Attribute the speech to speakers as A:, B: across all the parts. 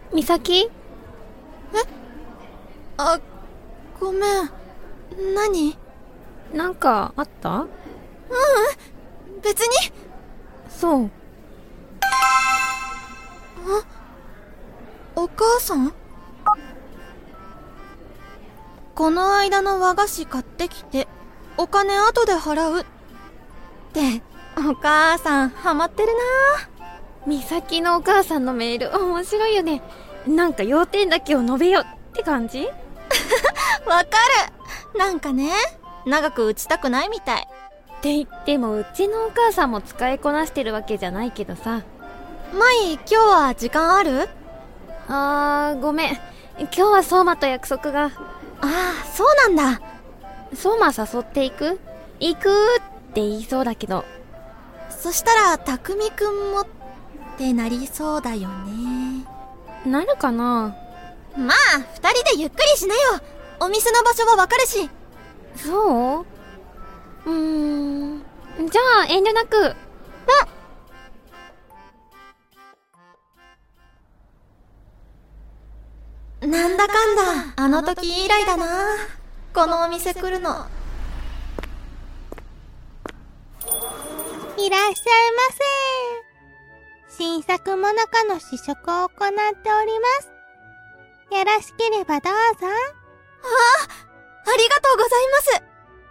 A: 美咲？
B: ごめん。何？
A: なんかあった？
B: 別に。
A: そう。
B: お母さん？この間の和菓子買ってきて、お金後で払うって。お母さんハマってるな。
A: 美咲のお母さんのメール面白いよね。なんか要点だけを述べよって感じ？
B: わかる。なんかね、長く打ちたくないみたい。
A: って言ってもうちのお母さんも使いこなしてるわけじゃないけどさ。
B: 舞、今日は時間ある？
A: ごめん。今日は相馬と約束が。
B: そうなんだ。
A: 相馬誘っていく？行くって言いそうだけど。
B: そしたら匠くんもってなりそうだよね。
A: なるかな？
B: まあ二人でゆっくりしなよ。お店の場所はわかるし。
A: そう？じゃあ遠慮なく。
B: なんだかんだあの時以来だな、このお店来るの。
C: いらっしゃいませ。新作もなかの試食を行っております。よろしければどうぞ。
B: ありがとうございます。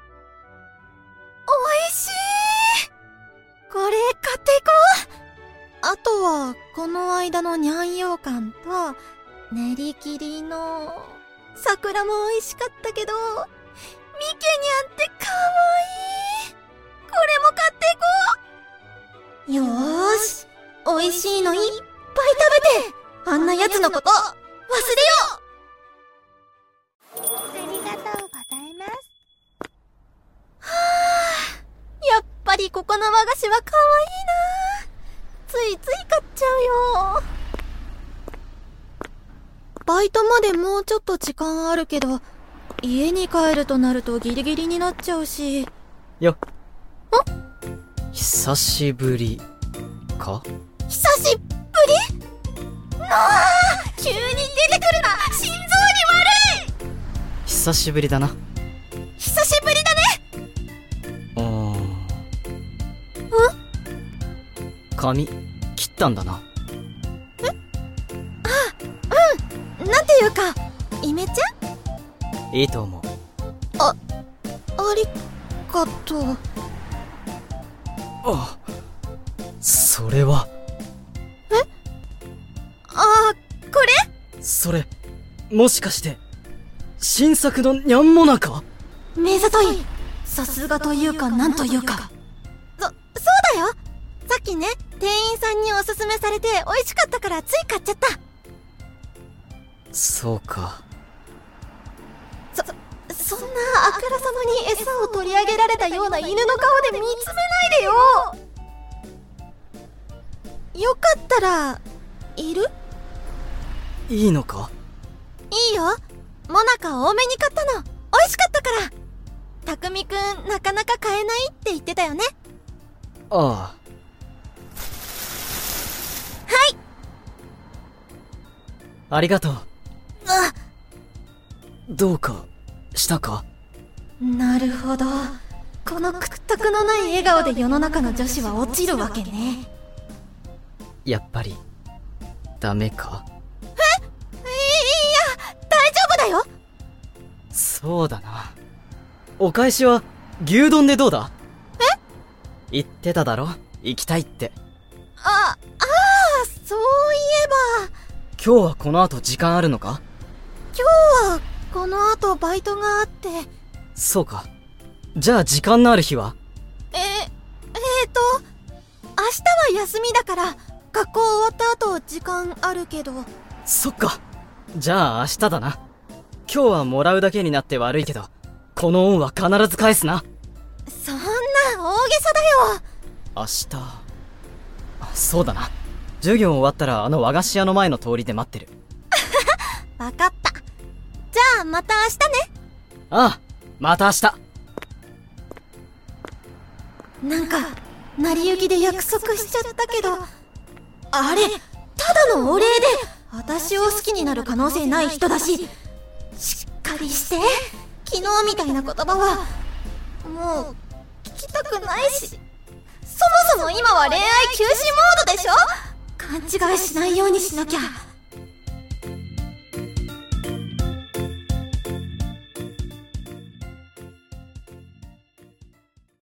B: おいしい。これ買っていこう。あとはこの間のニャン羊羹と練り切りの桜も美味しかったけど、ミケニャンってかわいい。これも買っていこう。よーし、美味しいのいっぱい食べて、あんな奴のこと忘れよう。
C: ありがとうございます。
B: やっぱりここの和菓子はかわいいな。ついつい買っちゃうよ。バイトまでもうちょっと時間あるけど、家に帰るとなるとギリギリになっちゃうし。
D: よっ。久しぶりか？
B: 久しぶり？急に出てくるな。心臓に悪い。
D: 久しぶりだな。
B: 久しぶりだね。
D: 髪切ったんだな。
B: なんていうか、イメちゃん？
D: いいと思う。
B: ありがとう。
D: それは。
B: これ？
D: それ、もしかして、新作のニャンモナカ？
B: 目ざとい。さすがというかなんというか。そうだよ。さっきね、店員さんにおすすめされて美味しかったからつい買っちゃった。
D: そうか。
B: そんなあからさまに餌を取り上げられたような犬の顔で見つめないでよ。よかったら、いる？
D: いいのか？
B: いいよ。モナカ多めに買ったの。美味しかったから。匠くんなかなか買えないって言ってたよね。
D: ああ。
B: はい。
D: ありがとう。どうかしたか？
B: なるほど。この屈託のない笑顔で世の中の女子は落ちるわけね。
D: やっぱりダメか？
B: 大丈夫だよ。
D: そうだな。お返しは牛丼でどうだ？言ってただろ、行きたいって。
B: そういえば。
D: 今日はこの後時間あるのか？
B: 今日はこの後バイトがあって。
D: そうか。じゃあ時間のある日は？
B: 明日は休みだから、学校終わった後時間あるけど。
D: そっか。じゃあ明日だな。今日はもらうだけになって悪いけど、この恩は必ず返すな。
B: そんな大げさだよ。
D: 明日。そうだな。授業終わったらあの和菓子屋の前の通りで待ってる。
B: わかった。じゃあまた明日ね。
D: ああ、また明日。
B: なんか成り行きで約束しちゃったけど、あれただのお礼で私を好きになる可能性ない人だし、しっかりして。昨日みたいな言葉はもう聞きたくないし、そもそも今は恋愛休止モードでしょ。勘違いしないようにしなきゃ。